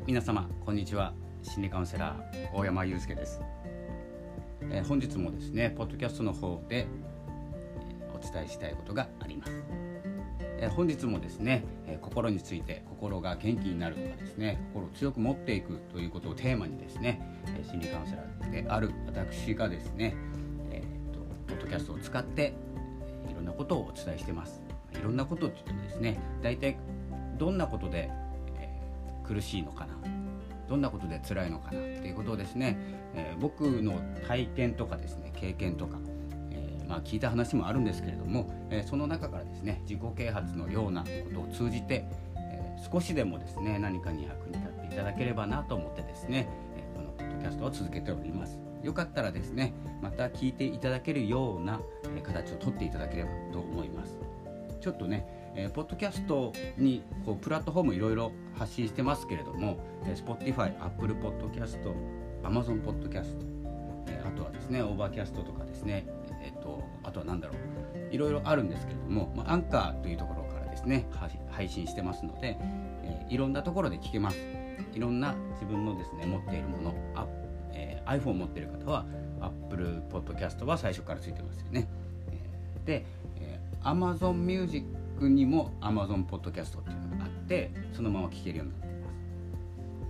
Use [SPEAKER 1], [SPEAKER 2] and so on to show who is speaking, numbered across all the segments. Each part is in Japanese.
[SPEAKER 1] 皆様こんにちは。心理カウンセラー大山祐介です。本日もですねポッドキャストの方で、お伝えしたいことがあります。本日もですね、心について、心が元気になるとかですね、心を強く持っていくということをテーマにですね、心理カウンセラーである私がですね、ポッドキャストを使っていろんなことをお伝えしてます。いろんなことって言ってもですね、大体どんなことで、苦しいのかな、どんなことで辛いのかなっていうことをですね、僕の体験とかですね、経験とか、聞いた話もあるんですけれども、その中からですね、自己啓発のようなことを通じて、少しでもですね何かに役に立っていただければなと思ってですね、このポッドキャストを続けております。よかったらですね、また聞いていただけるような、形をとっていただければと思います。ちょっとね、ポッドキャストにプラットフォームいろいろ発信してますけれども、Spotify、Apple Podcast、Amazon Podcast、あとはですねオーバーキャストとかですね、あとはいろいろあるんですけれども、アンカーというところからですね配信してますので、いろんなところで聞けます。いろんな自分のですね持っているもの、iPhone を持っている方は Apple Podcast は最初からついてますよね。で、Amazon Music にも Amazon Podcast っていうのがあって、そのまま聞けるようになっています。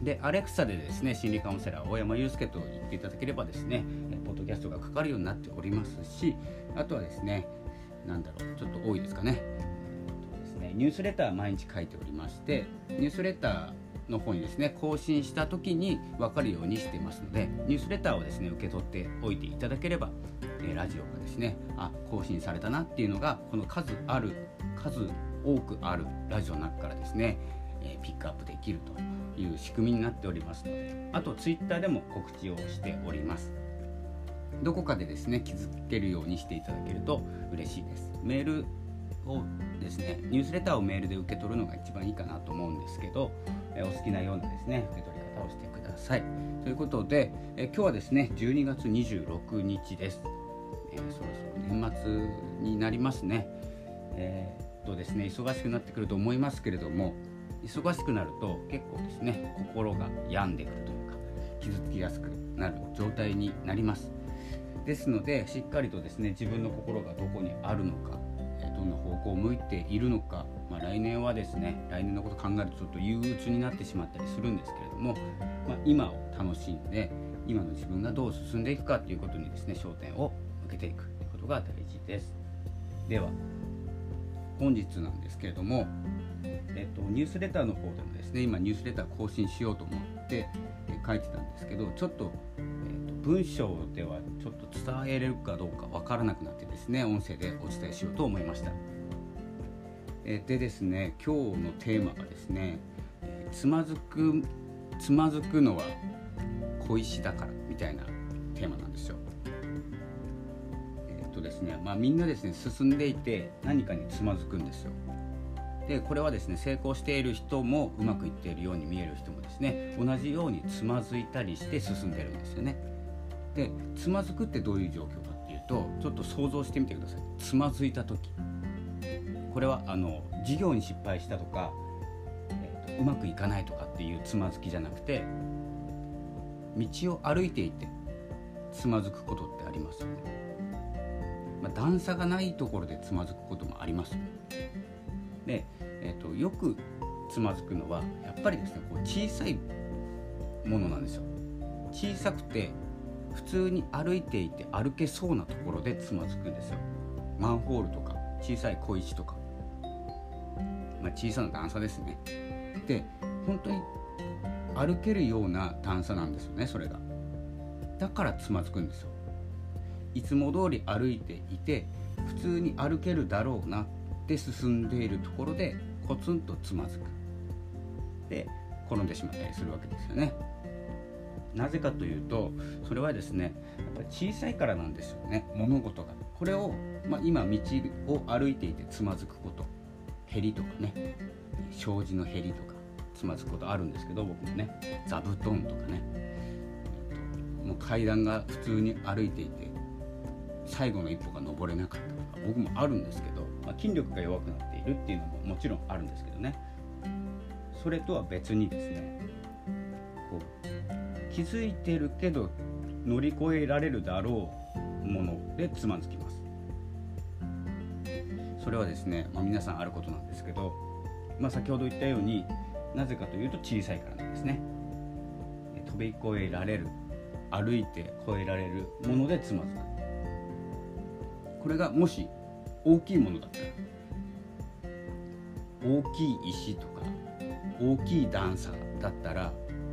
[SPEAKER 1] で、Alexa でですね心理カウンセラー大山祐介と言っていただければですねポッドキャストがかかるようになっておりますし、あとはですねちょっと多いですかね、ニュースレター毎日書いておりまして、ニュースレターの方にですね更新した時に分かるようにしていますので、ニュースレターをですね受け取っておいていただければ、ラジオがですね更新されたなっていうのがこの数多くあるラジオの中からですね、ピックアップできるという仕組みになっておりますので、あとツイッターでも告知をしております。どこかでですね気づけるようにしていただけると嬉しいです。メールをですね、ニュースレターをメールで受け取るのが一番いいかなと思うんですけど、お好きなようなですね受け取り方をしてください。ということで、今日はですね12月26日です。そろそろ年末になりますね。ですね忙しくなってくると思いますけれども、忙しくなると結構ですね心が病んでくるというか傷つきやすくなる状態になります。ですのでしっかりとですね自分の心がどこにあるのか、どんな方向を向いているのか、来年はですね来年のことを考えるとちょっと憂鬱になってしまったりするんですけれども、今を楽しんで今の自分がどう進んでいくかということにですね焦点を向けていくということが大事です。では本日なんですけれども、ニュースレターの方でもですね今ニュースレター更新しようと思って書いてたんですけど、ちょっと、文章ではちょっと伝えれるかどうかわからなくなってですね音声でお伝えしようと思いました。でですね今日のテーマがですね、つまずくのは小石だからみたいなテーマなんですよ。ですね、みんなですね進んでいて何かにつまずくんですよ。でこれはですね成功している人もうまくいっているように見える人もですね同じようにつまずいたりして進んでるんですよね。でつまずくってどういう状況かっていうと、ちょっと想像してみてください。つまずいた時、これは事業に失敗したとか、うまくいかないとかっていうつまずきじゃなくて、道を歩いていてつまずくことってありますよね。段差がないところでつまずくこともあります。で、よくつまずくのはやっぱりですね小さいものなんですよ。小さくて普通に歩いていて歩けそうなところでつまずくんですよ。マンホールとか小さい小石とか、小さな段差ですね。で本当に歩けるような段差なんですよね。それがだからつまずくんですよ。いつも通り歩いていて普通に歩けるだろうなって進んでいるところでコツンとつまずく。で転んでしまったりするわけですよね。なぜかというとそれはですねやっぱり小さいからなんですよね、物事が。これを、今道を歩いていてつまずくこと、へりとかね、障子のへりとかつまずくことあるんですけど、僕もね座布団とかね、もう階段が普通に歩いていて最後の一歩が登れなかったとか僕もあるんですけど、筋力が弱くなっているっていうのももちろんあるんですけどね、それとは別にですね気づいてるけど乗り越えられるだろうものでつまずきます。それはですね、皆さんあることなんですけど、先ほど言ったようになぜかというと小さいからなんですね。飛び越えられる、歩いて越えられるものでつまずく。これがもし大きいものだったら、大きい石とか大きい段差だったら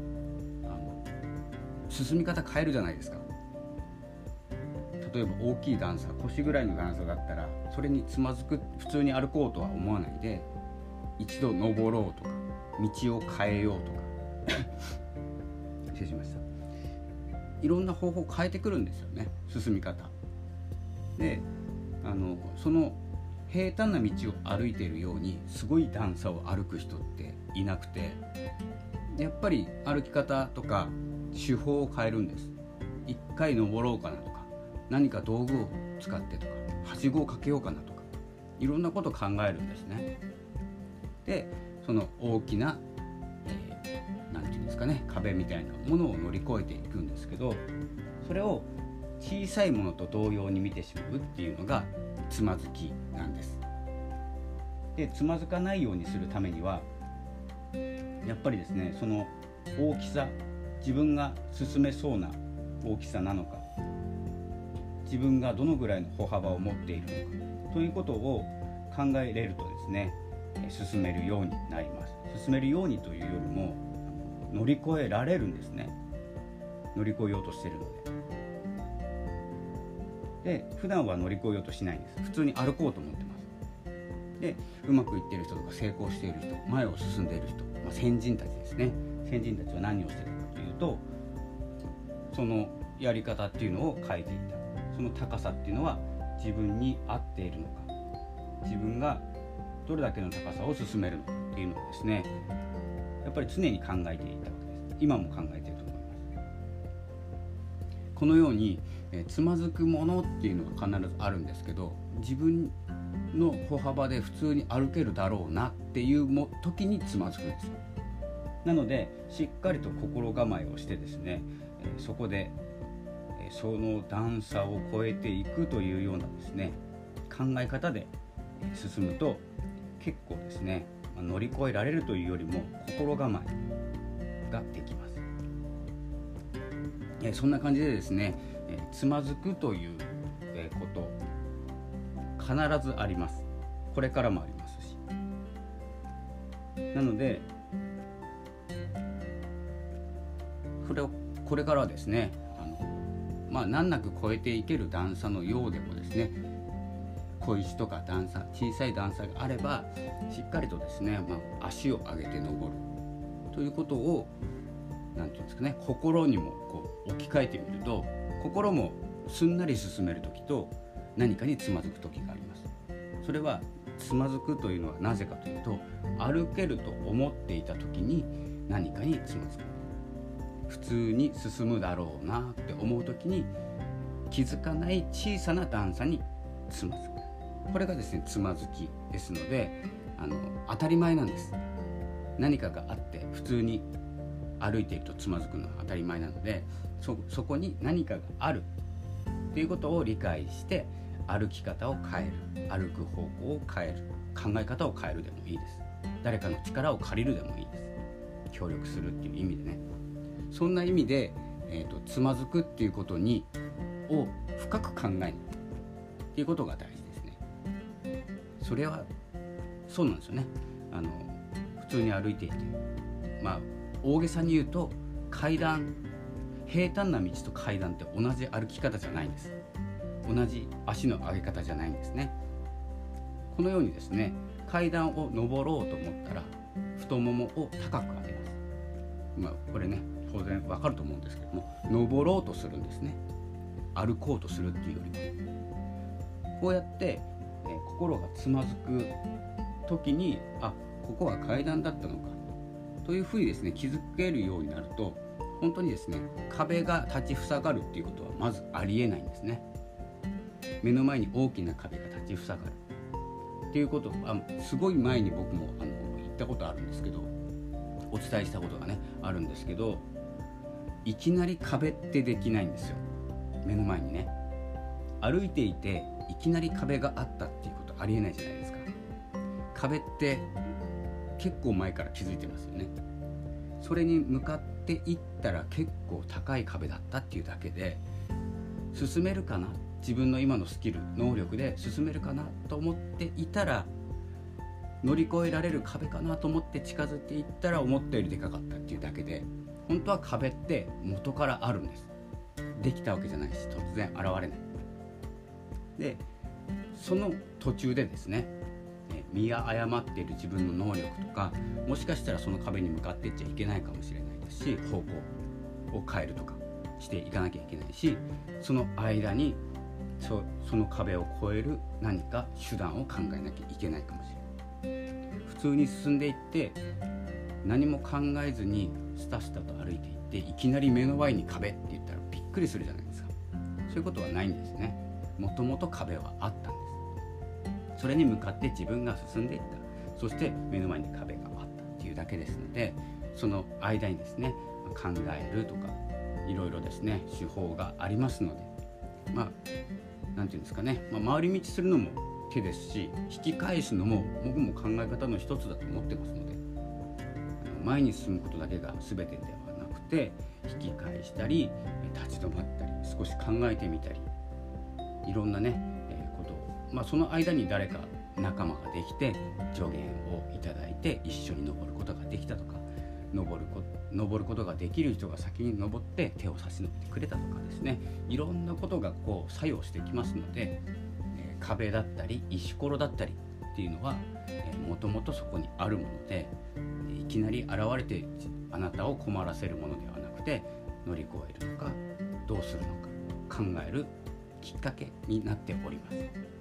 [SPEAKER 1] 進み方変えるじゃないですか。例えば大きい段差、腰ぐらいの段差だったらそれにつまずく、普通に歩こうとは思わないで一度登ろうとか道を変えようとか失礼しました。いろんな方法を変えてくるんですよね、進み方で。その平坦な道を歩いているようにすごい段差を歩く人っていなくて、やっぱり歩き方とか手法を変えるんです。一回登ろうかなとか、何か道具を使ってとか、はしごをかけようかなとか、いろんなことを考えるんですね。でその大きな、なんていうんですかね、壁みたいなものを乗り越えていくんですけど、それを小さいものと同様に見てしまうっていうのがつまずきなんです。でつまずかないようにするためにはやっぱりですね、その大きさ、自分が進めそうな大きさなのか、自分がどのぐらいの歩幅を持っているのかということを考えれるとですね、進めるようになります。進めるようにというよりも乗り越えられるんですね。乗り越えようとしているので。で普段は乗り越えようとしないんです。普通に歩こうと思ってます。でうまくいっている人とか成功している人、前を進んでいる人、先人たちですね。先人たちは何をしているかというと、そのやり方っていうのを変えていった。その高さっていうのは自分に合っているのか、自分がどれだけの高さを進めるのかっていうのをですね、やっぱり常に考えていたわけです。今も考えていると思います。このようにつまずくものっていうのが必ずあるんですけど、自分の歩幅で普通に歩けるだろうなっていう時につまずくんです。なのでしっかりと心構えをしてですね、そこでその段差を越えていくというようなですね考え方で進むと結構ですね、乗り越えられるというよりも心構えができます。そんな感じでですね、つまずくということ必ずあります。これからもありますし、なのでこれからはですね、難なく越えていける段差のようでもですね、小石とか段差、小さい段差があればしっかりとですね、足を上げて登るということをなんていうんですかね、心にも置き換えてみると、心もすんなり進めるときと何かにつまずくときがあります。それはつまずくというのはなぜかというと、歩けると思っていたときに何かにつまずく、普通に進むだろうなって思うときに気づかない小さな段差につまずく。これがですねつまずきですので、当たり前なんです。何かがあって普通に歩いているとつまずくのは当たり前なので、そこに何かがあるっていうことを理解して歩き方を変える、歩く方向を変える、考え方を変えるでもいいです。誰かの力を借りるでもいいです。協力するっていう意味でね、そんな意味で、つまずくっていうことを深く考えるっていうことが大事ですね。それはそうなんですよね。普通に歩いていて、大げさに言うと階段、平坦な道と階段って同じ歩き方じゃないんです。同じ足の上げ方じゃないんですね。このようにですね、階段を上ろうと思ったら太ももを高く上げます。これね当然わかると思うんですけども、上ろうとするんですね。歩こうとするっていうよりも、こうやって、心がつまずく時にここは階段だったのかというふうにですね気づけるようになると、本当にですね壁が立ちふさがるっていうことはまずありえないんですね。目の前に大きな壁が立ちふさがるっていうことはすごい前に僕も言ったことあるんですけど、お伝えしたことがねあるんですけど、 いきなり壁ってできないんですよ。目の前にね、歩いていていきなり壁があったっていうことありえないじゃないですか。壁って結構前から気づいてますよね。それに向かっていったら結構高い壁だったっていうだけで、進めるかな、自分の今のスキル能力で進めるかなと思っていたら、乗り越えられる壁かなと思って近づいていったら思ったよりでかかったっていうだけで、本当は壁って元からあるんです。できたわけじゃないし、突然現れない。でその途中でですね、見誤っている自分の能力とか、もしかしたらその壁に向かっていっちゃいけないかもしれないですし、方向を変えるとかしていかなきゃいけないし、その間にその壁を越える何か手段を考えなきゃいけないかもしれない。普通に進んでいって何も考えずにスタスタと歩いていって、いきなり目の前に壁って言ったらびっくりするじゃないですか。そういうことはないんですね。もともと壁はあったんです。それに向かって自分が進んでいった、そして目の前に壁があったっていうだけですので、その間にですね、考えるとかいろいろですね手法がありますので、なんていうんですかね、回り道するのも手ですし、引き返すのも僕も考え方の一つだと思ってますので、前に進むことだけが全てではなくて、引き返したり立ち止まったり少し考えてみたり、いろんなね、ことを、その間に誰か仲間ができて助言をいただいて一緒に登ることができたとか、登ることができる人が先に登って手を差し伸べてくれたとかですね、いろんなことが作用してきますので、壁だったり石ころだったりっていうのはもともとそこにあるもので、いきなり現れてあなたを困らせるものではなくて、乗り越えるのかどうするのか考えるきっかけになっております。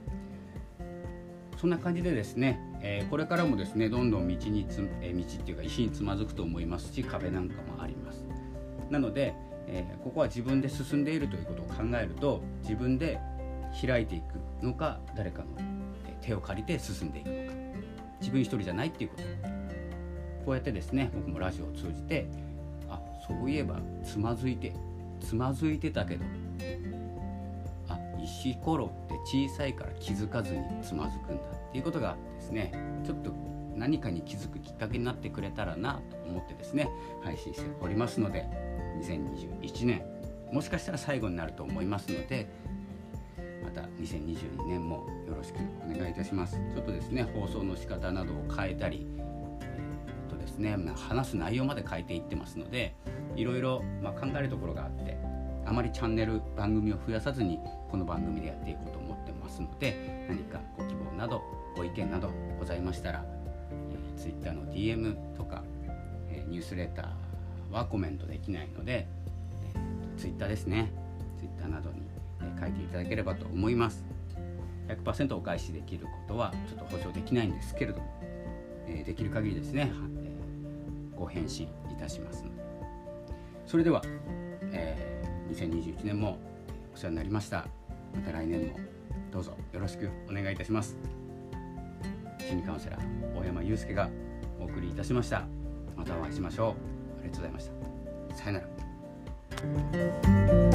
[SPEAKER 1] そんな感じでですね、これからもですねどんどん道っていうか石につまずくと思いますし、壁なんかもあります。なので、ここは自分で進んでいるということを考えると、自分で開いていくのか、誰かの手を借りて進んでいくのか、自分一人じゃないっていうこと、こうやってですね僕もラジオを通じて、そういえばつまずいてたけど、石ころって小さいから気づかずにつまずくんだっていうことがですね、ちょっと何かに気づくきっかけになってくれたらなと思ってですね配信しておりますので、2021年もしかしたら最後になると思いますので、また2022年もよろしくお願いいたします。ちょっとですね放送の仕方などを変えたり、ですね、話す内容まで変えていってますので、いろいろ考えるところがあって、あまりチャンネル番組を増やさずにこの番組でやっていこうと思ってますので、何かご希望などご意見などございましたら、Twitter の DM とか、ニュースレターはコメントできないので、Twitter ですね、Twitter などに書いていただければと思います。 100% お返しできることはちょっと保証できないんですけれども、できる限りですね、ご返信いたしますので、それでは、2021年もお世話になりました。また来年もどうぞよろしくお願いいたします。心理カウンセラー大山祐介がお送りいたしました。またお会いしましょう。ありがとうございました。さよなら。